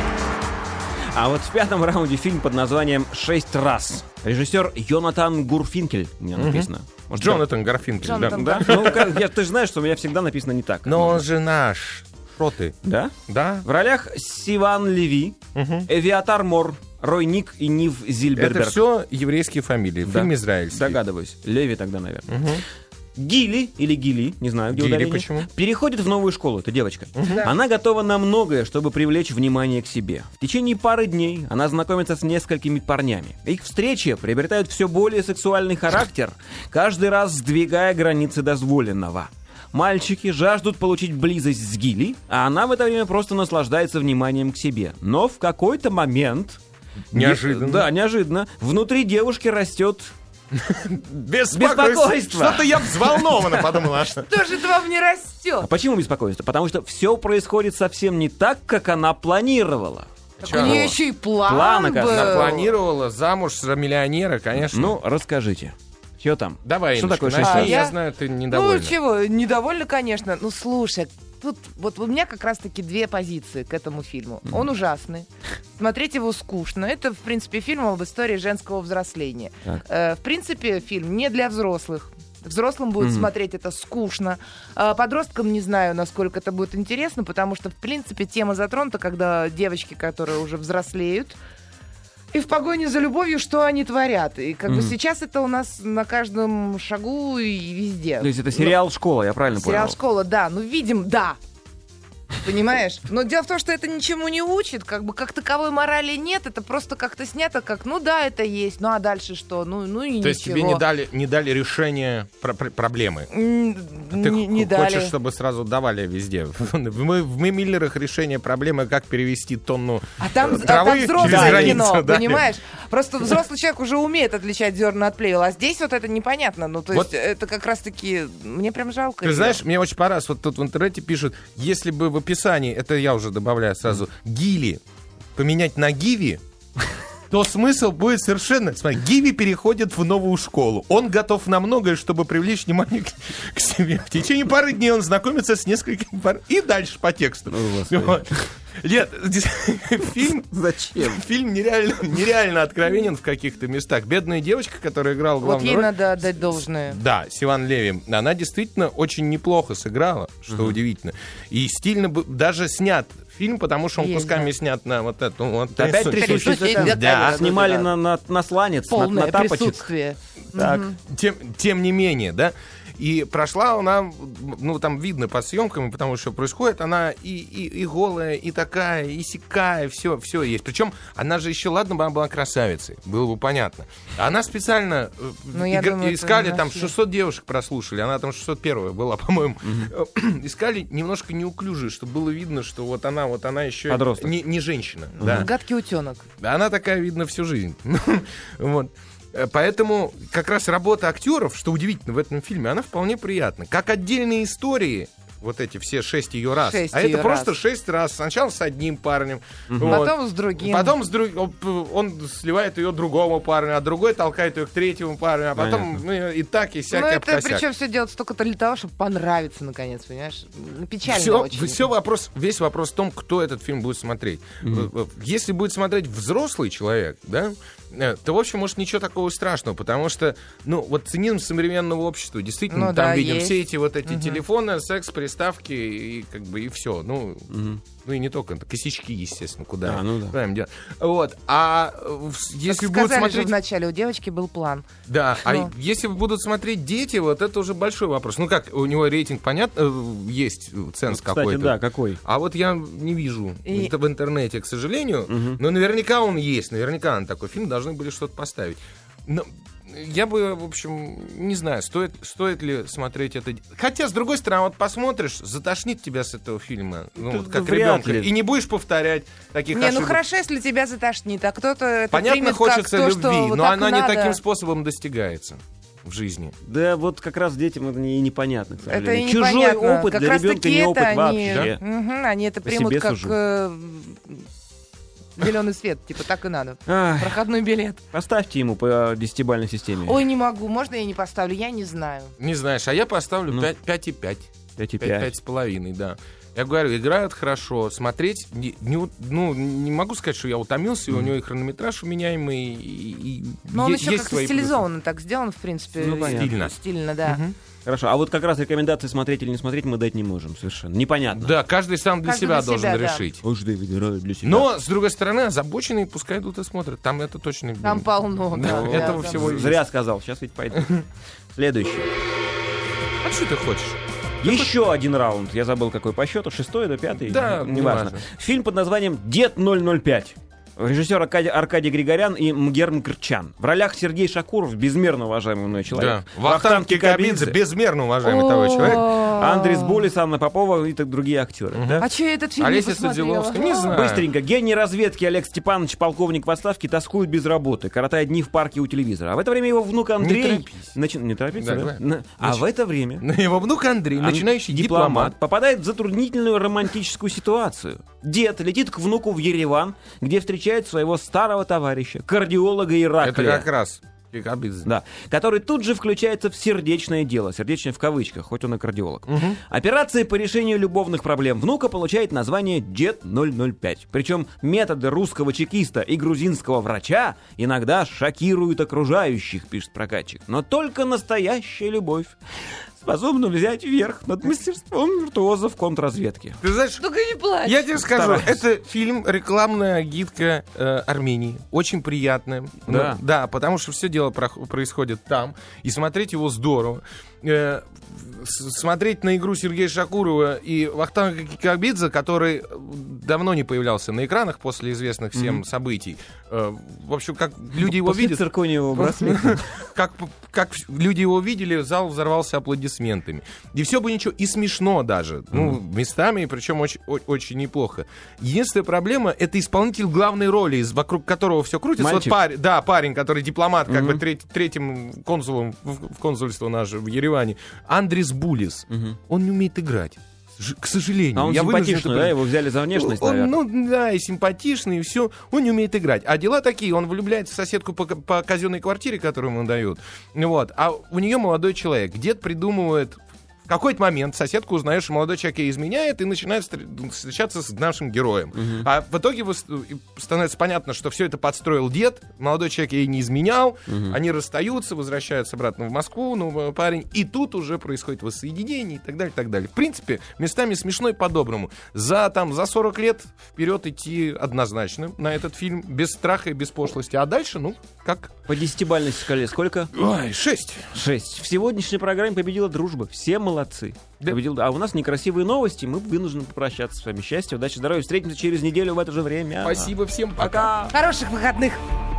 А вот в пятом раунде фильм под названием «Шесть раз». Режиссер Йонатан Гурфинкель, у меня написано. Может, Джонатан Гарфинкель. Джонатан Да. Да? Ну, как- я- ты же знаешь, что у меня всегда написано не так. Но он же наш. Что ты? Да? Да? В ролях Сиван Леви, Эвиатар Мор, Рой Ник и Нив Зильберберг. Это все еврейские фамилии. Да. Фильм израильский. Догадываюсь. Леви тогда, наверное. Гили или Гили, не знаю, где Гили, ударение, почему? переходит в новую школу, это девочка. Она готова на многое, чтобы привлечь внимание к себе. В течение пары дней она знакомится с несколькими парнями. Их встречи приобретают все более сексуальный характер, каждый раз сдвигая границы дозволенного. Мальчики жаждут получить близость с Гили, а она в это время просто наслаждается вниманием к себе. Но в какой-то момент... Неожиданно. Не- да, неожиданно. Внутри девушки растет... Беспокойство. Беспокойство. Что-то я взволнованно подумала. Что же это вам не А растет? почему беспокойство? Потому что все происходит совсем не так, как она планировала. У нее еще и план План, был. оказывается. Она планировала замуж за миллионера, конечно. Ну, расскажите. Что там? Давай, Что Инночка, такое шесть А, раз? начни. Я я- знаю, ты Ну, недовольна. чего, недовольна, конечно. Ну, слушай, тут вот у меня как раз-таки две позиции к этому фильму. Он ужасный. Смотреть его скучно. Это, в принципе, фильм об истории женского взросления. Так. Э, в принципе, фильм не для взрослых. Взрослым будет Мгм. смотреть это скучно. А подросткам не знаю, насколько это будет интересно, потому что, в принципе, тема затронута, когда девочки, которые уже взрослеют, и в погоне за любовью, что они творят. И как бы Мгм. сейчас это у нас на каждом шагу и везде. То есть это сериал «Школа», я правильно Сериал понял? «Школа», да. Ну, видим, да. Понимаешь? Но дело в том, что это ничему не учит, как бы как таковой морали нет, это просто как-то снято, как, ну да, это есть, ну а дальше что? Ну, ну и То ничего. есть тебе не дали, не дали решение про- про- проблемы? М, Ты не, не х- дали. хочешь, чтобы сразу давали везде? Мы в «Мы Миллерах» решение проблемы, как перевести тонну А там, а травы там взрослое через границу, кино, да. понимаешь? Просто взрослый человек уже умеет отличать зерна от плевел, а здесь вот это непонятно. Ну, то Вот. есть это как раз-таки, мне прям жалко. Ты её. знаешь, мне очень понравилось, вот тут в интернете пишут, если бы в описании, это я уже добавляю сразу, Гили поменять на Гиви, то смысл будет совершенно... Смотри, Гиви переходит в новую школу. Он готов на многое, чтобы привлечь внимание к, к себе. В течение пары дней он знакомится с несколькими пар... И дальше по тексту. Вот. Нет, здесь фильм... Зачем? Фильм нереально, нереально откровенен в каких-то местах. Бедная девочка, которая играла Вот главную ей роль... надо отдать должное. Да, Сиван Леви. Она действительно очень неплохо сыграла, что удивительно. И стильно бы даже снят фильм, потому что он Есть, кусками да. снят на вот эту вот Опять трясущуюся. трясущийся. Да, да, Снимали да, да. на, на, на сланец, на, Полное на тапочек. присутствие. Так. Тем, тем не менее, да. И прошла она, ну, там видно по съемкам, потому что происходит, она и, и, и голая, и такая, и сякая, все, все есть. Причем она же еще, ладно бы, она была красавицей, было бы понятно. Она специально э, Ну, я игр- думаю, это искали, там нашли. шестьсот девушек прослушали, она там шестьсот первая была, по-моему. Искали немножко неуклюжие, чтобы было видно, что вот она, вот она еще Подросток. не, не женщина. Да. Гадкий утенок. Она такая, видно, всю жизнь. Вот. Поэтому как раз работа актеров, что удивительно в этом фильме, она вполне приятна. Как отдельные истории, вот эти все шесть ее раз. Шесть а ее это просто раз. шесть раз. Сначала с одним парнем. вот. Потом с другим. Потом с друг... он сливает ее другому парню, а другой толкает ее к третьему парню, а потом ну, и так, и Ну, всякое это причем все делается только для того, чтобы понравиться, наконец, понимаешь? Ну, Печально Все, очень. все вопрос, весь вопрос в том, кто этот фильм будет смотреть. Если будет смотреть взрослый человек, да, э, то, в общем, может, ничего такого страшного, потому что, ну, вот цинизм современного общества, действительно, Ну там да, видим есть. все эти вот эти телефоны, секс, приставки и как бы и все. Ну, ну и не только, это косячки, естественно, куда, А, ну да. куда им делать. Вот. А э, в- если Как будут сказали же смотреть... вначале, у девочки был план. Да, а Ну. если будут смотреть дети, вот это уже большой вопрос. Ну как, у него рейтинг, понятно, э, есть ценз Кстати, какой-то. да, какой? А вот я не вижу И- это в интернете, к сожалению. Но наверняка он есть, наверняка на такой фильм должны были что-то поставить. Но я бы, в общем, не знаю, стоит, стоит ли смотреть это. Хотя, с другой стороны, вот посмотришь, затошнит тебя с этого фильма, ну, Да вот как вряд ребенка, ли. и не будешь повторять таких Не, ну ошибок. хорошо, если тебя затошнит, а кто-то это Понятно, примет хочется как то, любви, что вот но так она не надо. таким способом достигается в жизни. Да, вот как раз детям это не, непонятно, к Это сожалению. и Чужой непонятно. опыт как для раз ребенка таки не это опыт они, вообще. Мгм, они это По примут себе как сужу. э, зеленый свет, типа так и надо. Ах, Проходной билет. поставьте ему по десятибалльной системе. Ой, не могу, можно я не поставлю, я не знаю. Не знаешь, а я поставлю Ну. пять, пять и пять. пять и Пять, пять. пять с половиной, да. Я говорю, играют хорошо, смотреть, не, не у- ну, не могу сказать, что я утомился, и у него и хронометраж уменяемый, и, и Но он е- еще есть как-то свои плюсы. стилизованно так сделан, в принципе. Ну, понятно. Стильно. Стильно, да. Хорошо, а вот как раз рекомендации смотреть или не смотреть мы дать не можем совершенно. Непонятно. Да, каждый сам для Каждый себя для должен себя, да. решить. Каждый выбирает для себя. Но, с другой стороны, озабоченные пускай идут и смотрят. Там это точно... Там полно, Да, да, этого да, всего есть. Зря сказал, сейчас ведь пойду. Следующий. А что ты хочешь? Еще один раунд. Я забыл, какой по счету. Шестой или пятый? Да, неважно. неважно. Фильм под названием «Дед ноль ноль пять». Режиссер Аркадий, Аркадий Григорян и Мгер Мкртчян. В ролях Сергей Шакуров, безмерно уважаемый мной человек. Да. Вахтанг Кикабидзе, безмерно уважаемый О, того человек. Андрей Сбулис, Анна Попова и так другие актеры. Да? А че я этот фильм Олеся не посмотрела? Садиловская, не знаю. Быстренько. Гений разведки Олег Степанович, полковник в отставке, тоскует без работы, коротает дни в парке у телевизора. А в это время его внук Андрей... торопись. Начи- Не торопиться, Да, да? давай. На- А в это время... Его внук Андрей, Ан- начинающий дипломат. попадает в затруднительную романтическую ситуацию. Дед летит к внуку в Ереван, где встречает своего старого товарища, кардиолога Это Ираклия. как раз Кикабидзе. Да, который тут же включается в сердечное дело, сердечное в кавычках, хоть он и кардиолог. Операция по решению любовных проблем внука получает название «Дед ноль ноль пять». Причем методы русского чекиста и грузинского врача иногда шокируют окружающих, пишет прокатчик. Но только настоящая любовь способна взять верх над мастерством виртуозов контрразведки. Ты знаешь, Только не плачь. я тебе скажу, Стараюсь. это фильм рекламная гидка э, Армении. Очень приятная. Да. Ну, да, потому что все дело прох- происходит там. И смотреть его здорово. Э, с- смотреть на игру Сергея Шакурова и Вахтанга Кикабидзе, который давно не появлялся на экранах после известных всем событий. Э, в общем, как люди его После видят... циркониевого браслета. Как, как люди его видели, зал взорвался аплодисментами. И все бы ничего, и смешно даже. Ну, местами, причем очень, о- очень неплохо. Единственная проблема — это исполнитель главной роли, из- вокруг которого все крутится. Мальчик? Вот парень, да, парень, который дипломат, как бы треть- третьим консулом в, в консульство наше в Ереване. Андрис Булис. Он не умеет играть. Ж- К сожалению. А он Я вынужден симпатичный, это да? Его взяли за внешность, он, наверное. ну, да, и симпатичный, и все. Он не умеет играть. А дела такие, он влюбляется в соседку по, по казенной квартире, которую ему дают. Вот. А у нее молодой человек. Дед придумывает В какой-то момент соседка узнает, что молодой человек ей изменяет, и начинает встр- встречаться с нашим героем. Uh-huh. А в итоге становится понятно, что все это подстроил дед, молодой человек ей не изменял, uh-huh. они расстаются, возвращаются обратно в Москву, ну, парень, и тут уже происходит воссоединение и так далее, и так далее. В принципе, местами смешно и по-доброму. За, там, за сорок лет вперед идти однозначно на этот фильм, без страха и без пошлости. А дальше, ну, как? По десятибалльной шкале сколько? Ой, шесть. Шесть. В сегодняшней программе победила дружба. Все молодцы. Да. Победил... А у нас некрасивые новости. Мы вынуждены попрощаться с вами. Счастья, удачи, здоровья. Встретимся через неделю в это же время. Спасибо всем. Пока. Хороших выходных.